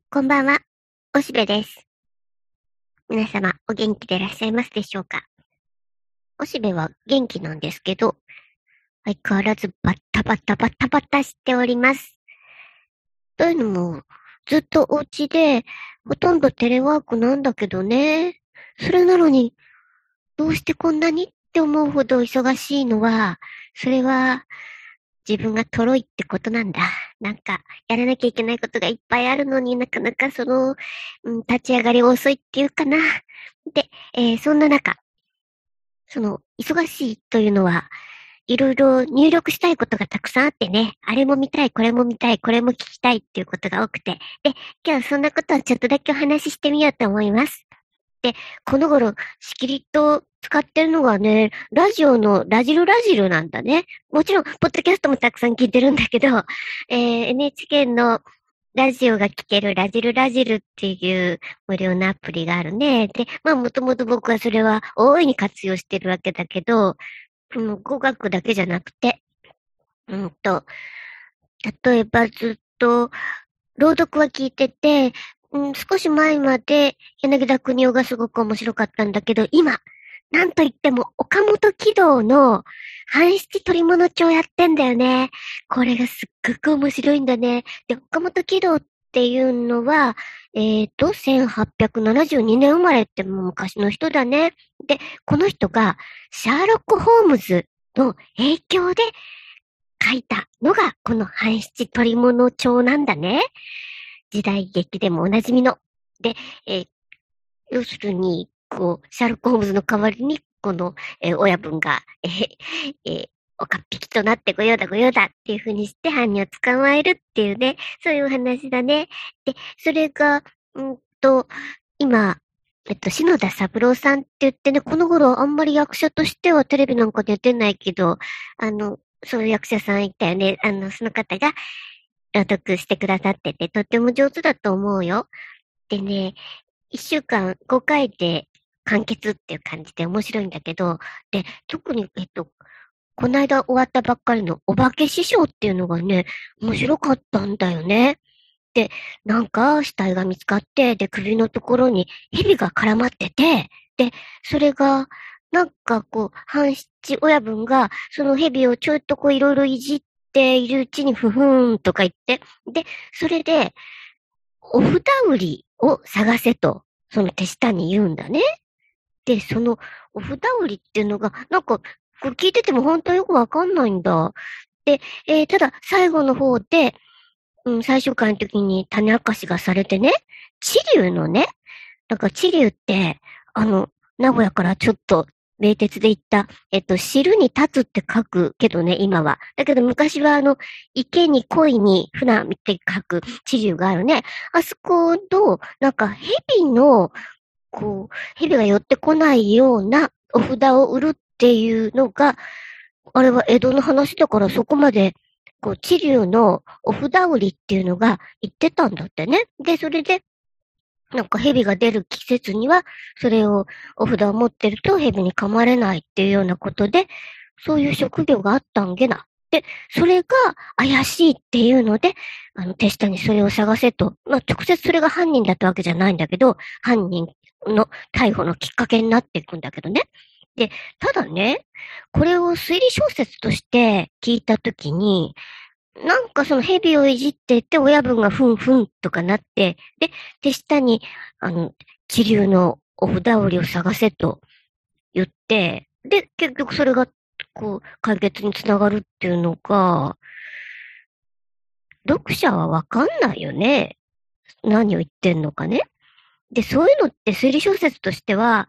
こんばんは、おしべです。皆様、お元気でいらっしゃいますでしょうか？おしべは元気なんですけど、相変わらずバッタバタバタバタしております。というのも、ずっとお家で、ほとんどテレワークなんだけどね。それなのに、どうしてこんなにって思うほど忙しいのは、それは、自分がトロいってことなんだ。なんか、やらなきゃいけないことがいっぱいあるのになかなか立ち上がり遅いっていうかな。で、そんな中、忙しいというのは、いろいろ入力したいことがたくさんあってね、あれも見たい、これも見たい、これも聞きたいっていうことが多くて、で、今日はそんなことをちょっとだけお話ししてみようと思います。で、この頃、しきりと使ってるのがね、ラジオのラジルラジルなんだね。もちろん、ポッドキャストもたくさん聞いてるんだけど、NHK のラジオが聞けるラジルラジルっていう無料のアプリがあるね。で、もともと僕はそれは大いに活用してるわけだけど、語学だけじゃなくて、うんと、例えばずっと朗読は聞いてて、少し前まで柳田国夫がすごく面白かったんだけど、今、なんといっても岡本喜道の半七取物帳やってんだよね。これがすっごく面白いんだね。で、岡本喜道っていうのは、1872年生まれってもう昔の人だね。で、この人がシャーロック・ホームズの影響で書いたのがこの半七取物帳なんだね。時代劇でもおなじみの。で、要するに、シャーロック・ホームズの代わりに、親分が、おかっぴきとなってご用だご用だっていう風にして犯人を捕まえるっていうね、そういうお話だね。で、それが、今、篠田三郎さんって言ってね、この頃あんまり役者としてはテレビなんかで出てないけど、そういう役者さんいたよね。その方が朗読してくださってて、とっても上手だと思うよ。でね、1週間5回で完結っていう感じで面白いんだけど、で、特に、この間終わったばっかりのお化け師匠っていうのがね、面白かったんだよね。で、なんか死体が見つかって、で、首のところに蛇が絡まってて、で、それが、なんか半七親分が、その蛇をちょっといろいろいじっているうちに、ふふーんとか言って、で、それで、お札売りを探せと、その手下に言うんだね。で、そのお札売りっていうのが、なんか、これ聞いてても本当よくわかんないんだ。で、ただ最後の方で、最終回の時に種明かしがされてね、知立のね、なんか知立って、あの、名古屋からちょっと名鉄で行った、汁に立つって書くけどね、今は。だけど昔は池に鯉に船見て書く知立があるね。あそこの、なんか蛇が寄ってこないようなお札を売るっていうのが、あれは江戸の話だからそこまで、知立のお札売りっていうのが言ってたんだってね。で、それで、なんか蛇が出る季節には、それをお札を持ってると蛇に噛まれないっていうようなことで、そういう職業があったんげな。で、それが怪しいっていうので、手下にそれを探せと。直接それが犯人だったわけじゃないんだけど、犯人の逮捕のきっかけになっていくんだけどね。で、ただね、これを推理小説として聞いたときに、なんかその蛇をいじってて、親分がふんふんとかなって、で、手下に、気流のお札折りを探せと言って、で、結局それが、解決につながるっていうのが、読者はわかんないよね。何を言ってんのかね。で、そういうのって推理小説としては、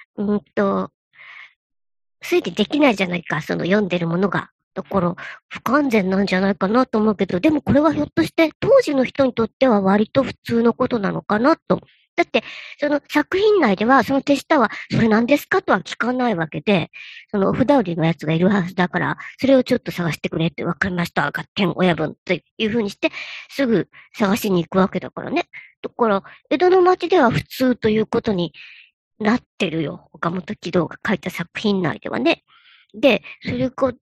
推理できないじゃないか、その読んでるものが。だから、不完全なんじゃないかなと思うけど、でもこれはひょっとして当時の人にとっては割と普通のことなのかなと。だって、その作品内では、その手下は、それ何ですかとは聞かないわけで、そのお札売りのやつがいるはずだから、それをちょっと探してくれって分かりました。合点親分というふうにして、すぐ探しに行くわけだからね。だから、江戸の町では普通ということになってるよ。岡本喜道が書いた作品内ではね。で、それが、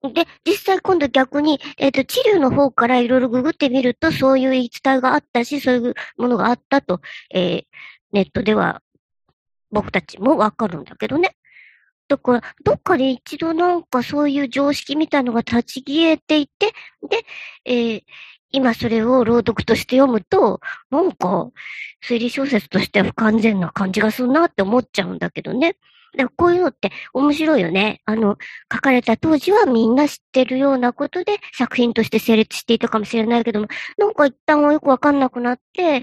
で、実際今度逆に、治療の方からいろいろググってみると、そういう言い伝えがあったし、そういうものがあったと、ネットでは僕たちもわかるんだけどね。だから、どっかで一度なんかそういう常識みたいのが立ち消えていて、で、えー今それを朗読として読むと、なんか、推理小説としては不完全な感じがするなって思っちゃうんだけどね。だからこういうのって面白いよね。書かれた当時はみんな知ってるようなことで作品として成立していたかもしれないけども、なんか一旦はよくわかんなくなって、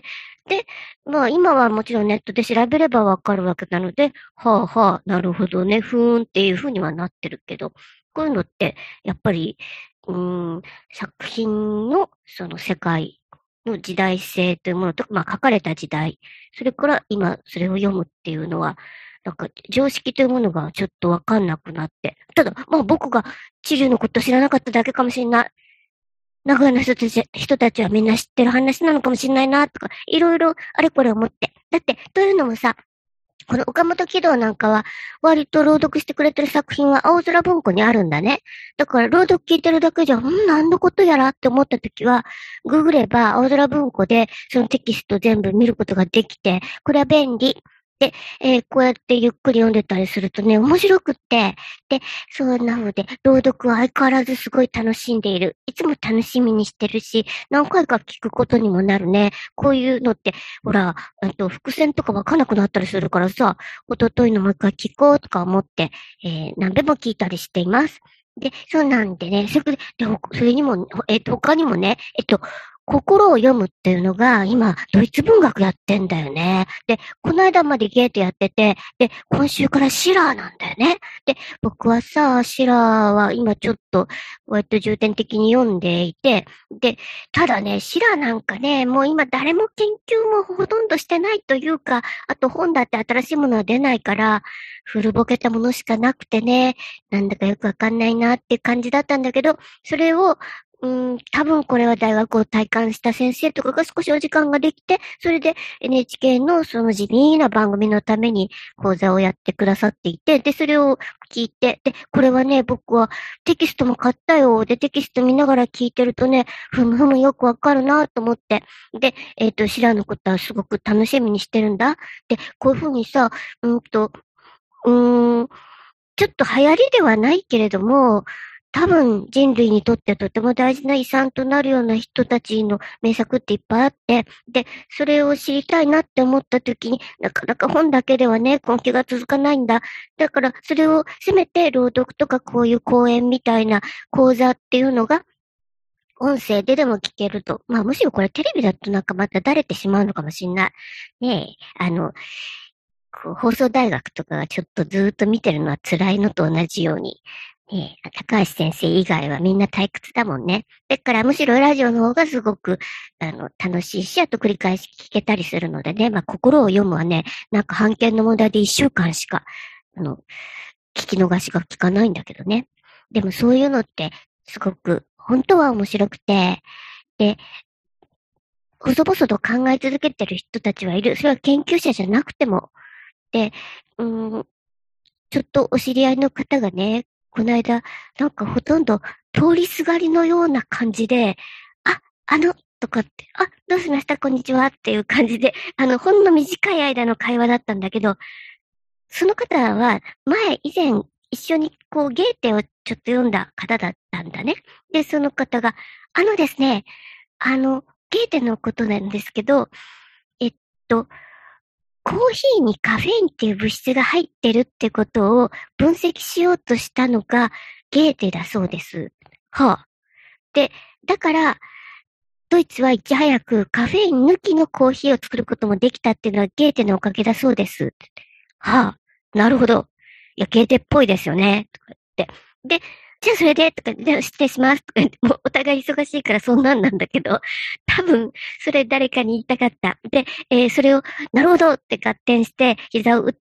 で、まあ今はもちろんネットで調べればわかるわけなので、はあはあ、なるほどね、ふーんっていうふうにはなってるけど、こういうのって、やっぱり、作品のその世界の時代性というものと、まあ書かれた時代、それから今それを読むっていうのは、なんか常識というものがちょっとわかんなくなって。ただ、まあ僕が地理のこと知らなかっただけかもしれない。名古屋の人たちはみんな知ってる話なのかもしれないな、とか、いろいろあれこれ思って。だって、というのもさ、この岡本喜道なんかは、割と朗読してくれてる作品は青空文庫にあるんだね。だから、朗読聞いてるだけじゃ、何のことやらって思ったときは、ググれば青空文庫で、そのテキスト全部見ることができて、これは便利。で、こうやってゆっくり読んでたりするとね、面白くって、で、そうなので、朗読は相変わらずすごい楽しんでいる。いつも楽しみにしてるし、何回か聞くことにもなるね。こういうのって、ほら、伏線とかわかんなくなったりするからさ、一昨日のもう一回聞こうとか思って、何べも聞いたりしています。で、そうなんでね、それにも、他にもね、心を読むっていうのが、今、ドイツ文学やってんだよね。で、この間までゲーテやってて、で、今週からシラーなんだよね。で、僕はさ、シラーは今ちょっと、割と重点的に読んでいて、で、ただね、シラーなんかね、もう今誰も研究もほとんどしてないというか、あと本だって新しいものは出ないから、古ぼけたものしかなくてね、なんだかよくわかんないなっていう感じだったんだけど、それを、多分これは大学を体感した先生とかが少しお時間ができて、それで NHK のその地味な番組のために講座をやってくださっていて、で、それを聞いて、で、これはね、僕はテキストも買ったよ。で、テキスト見ながら聞いてるとね、ふむふむよくわかるなと思って、で、シラのことはすごく楽しみにしてるんだ。で、こういうふうにさ、うーん、ちょっと流行りではないけれども、多分人類にとってとても大事な遺産となるような人たちの名作っていっぱいあって、で、それを知りたいなって思った時になかなか本だけではね、根気が続かないんだ。だから、それをせめて朗読とかこういう講演みたいな講座っていうのが、音声ででも聞けると。まあ、むしろこれテレビだとなんかまただれてしまうのかもしんない。ねえ、こう放送大学とかがちょっとずーっと見てるのは辛いのと同じように、ねえ、高橋先生以外はみんな退屈だもんね。だからむしろラジオの方がすごく、楽しいし、あと繰り返し聞けたりするのでね、まあ、心を読むはね、なんか版権の問題で1週間しか、聞き逃しが効かないんだけどね。でもそういうのって、すごく、本当は面白くて、で、細々と考え続けてる人たちはいる。それは研究者じゃなくても。で、うーん、ちょっとお知り合いの方がね、この間、なんかほとんど通りすがりのような感じで、あ、とかって、どうしましたこんにちはっていう感じで、ほんの短い間の会話だったんだけど、その方は、以前、一緒にこう、ゲーテをちょっと読んだ方だったんだね。で、その方が、ですね、ゲーテのことなんですけど、えっと、コーヒーにカフェインっていう物質が入ってるってことを分析しようとしたのがゲーテだそうです。はあ。で、だから、ドイツはいち早くカフェイン抜きのコーヒーを作ることもできたっていうのはゲーテのおかげだそうです。はあ。なるほど。いや、ゲーテっぽいですよね。とか言って。で、じゃあそれで、とか、じゃあ失礼します。とか言って、もうお互い忙しいからそんなんなんだけど、多分、それ誰かに言いたかった。で、それを、なるほどって合点して、膝を打っ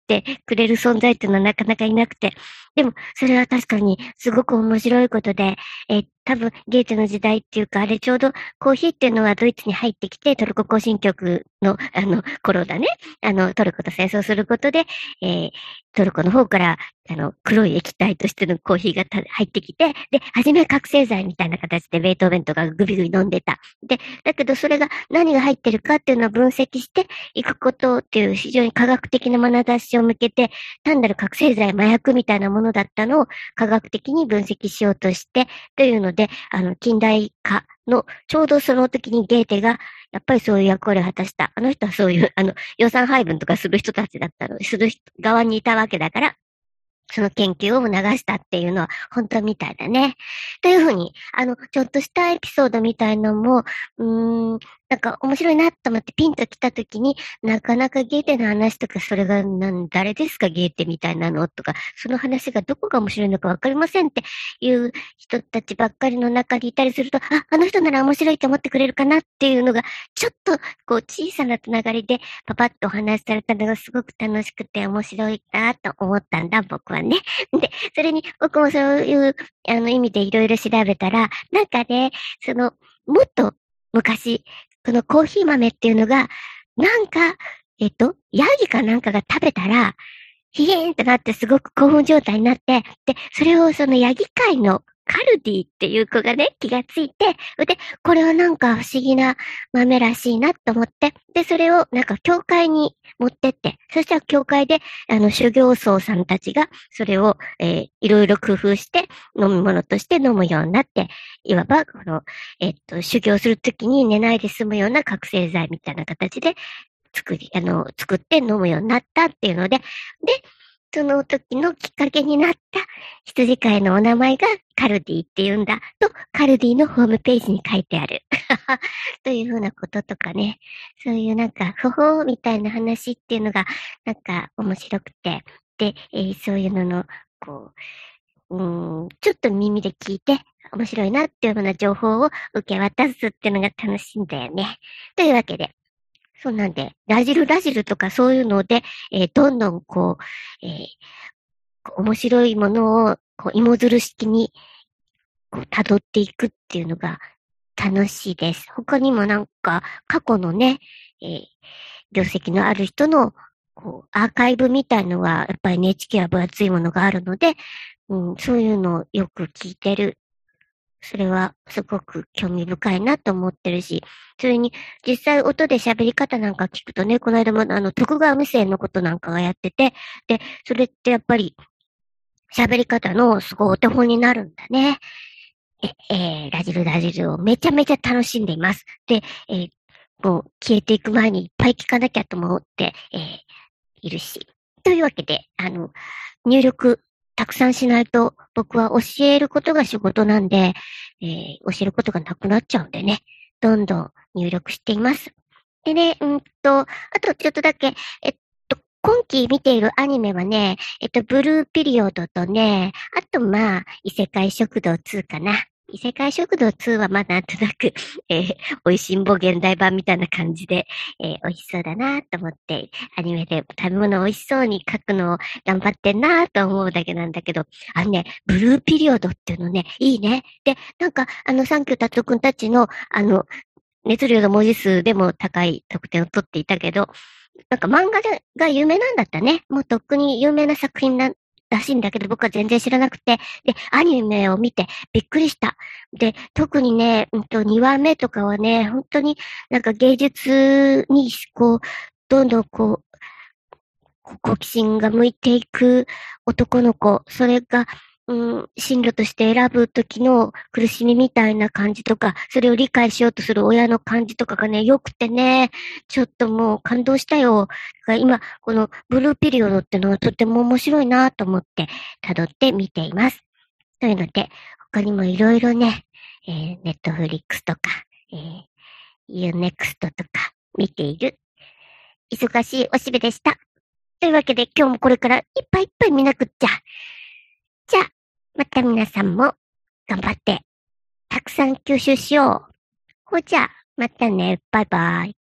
ってくれる存在っていうのはなかなかいなくて。でも、それは確かにすごく面白いことで、多分、ゲーテの時代っていうか、あれちょうどコーヒーっていうのはドイツに入ってきて、トルコ行進曲の、頃だね。トルコと戦争することで、トルコの方から、黒い液体としてのコーヒーが入ってきて、で、初めは覚醒剤みたいな形でベートーベンとかグビグビ飲んでた。で、だけどそれが何が入ってるかっていうのを分析していくことっていう非常に科学的な眼差しを向けて、単なる覚醒剤、麻薬みたいなものだったのを科学的に分析しようとして、というので、近代化の、ちょうどその時にゲーテが、やっぱりそういう役割を果たした。あの人はそういう、予算配分とかする人たちだったの、する側にいたわけだから、その研究を促したっていうのは本当みたいだね。というふうに、ちょっとしたエピソードみたいのも、なんか面白いなと思ってピンと来た時に、なかなかゲーテの話とか、それが誰ですかゲーテみたいなのとか、その話がどこが面白いのかわかりませんっていう人たちばっかりの中にいたりすると、あの人なら面白いと思ってくれるかなっていうのが、ちょっとこう小さなつながりでパパッとお話しされたのがすごく楽しくて面白いなと思ったんだ、僕はね。で、それに僕もそういう意味でいろいろ調べたら、なんかね、もっと昔、このコーヒー豆っていうのが、なんか、ヤギかなんかが食べたら、ヒエーンってなってすごく興奮状態になって、で、それをそのヤギ界のカルディっていう子がね、気がついて、で、これはなんか不思議な豆らしいなと思って、で、それをなんか教会に持ってって、そしたら教会で、修行僧さんたちが、それを、いろいろ工夫して飲み物として飲むようになって、いわば、修行するときに寝ないで済むような覚醒剤みたいな形で作って飲むようになったっていうので、で、その時のきっかけになった羊飼いのお名前がカルディって言うんだと、カルディのホームページに書いてある。というふうなこととかね。そういうなんか、不法みたいな話っていうのが、なんか面白くて。で、そういうのの、こちょっと耳で聞いて、面白いなっていうような情報を受け渡すっていうのが楽しいんだよね。というわけで、そうなんで、ラジルとかそういうので、どんどんこう、面白いものを、こう、芋づる式に、こう、辿っていくっていうのが楽しいです。他にもなんか、過去のね、業績のある人の、こう、アーカイブみたいのが、やっぱり NHK は分厚いものがあるので、そういうのをよく聞いてる。それはすごく興味深いなと思ってるし、それに実際音で喋り方なんか聞くとね、この間も徳川無声のことなんかがやってて、で、それってやっぱり喋り方のすごいお手本になるんだね。ラジルをめちゃめちゃ楽しんでいます。で、もう消えていく前にいっぱい聞かなきゃと思って、いるし。というわけで、入力たくさんしないと僕は教えることが仕事なんで、教えることがなくなっちゃうんでね、どんどん入力しています。でね、あとちょっとだけ、今期見ているアニメはね、ブルーピリオドとね、あとまあ、異世界食堂2かな。異世界食堂2はまあなんとなく、美味しんぼ現代版みたいな感じで、美味しそうだなと思って、アニメで食べ物美味しそうに書くのを頑張ってんなと思うだけなんだけど、ブルーピリオドっていうのね、いいね。で、なんか、サンキュー達夫くんたちの、熱量の文字数でも高い得点を取っていたけど、なんか漫画が有名なんだったね。もうとっくに有名な作品らしいんだけど、僕は全然知らなくて、で、アニメを見てびっくりした。で、特にね、2話目とかはね、本当になんか芸術に、こう、どんどんこう、好奇心が向いていく男の子、それが、進路として選ぶときの苦しみみたいな感じとか、それを理解しようとする親の感じとかがね、良くてね、ちょっともう感動したよ。だから今、このブルーピリオドってのはとっても面白いなと思って辿って見ています。というので、他にもいろいろね、ネットフリックスとか、ユーネクストとか見ている。忙しいおしべでした。というわけで今日もこれからいっぱいいっぱい見なくっちゃ。じゃあ、また皆さんも頑張ってたくさん吸収しよう。ほじゃあ、またね。バイバイ。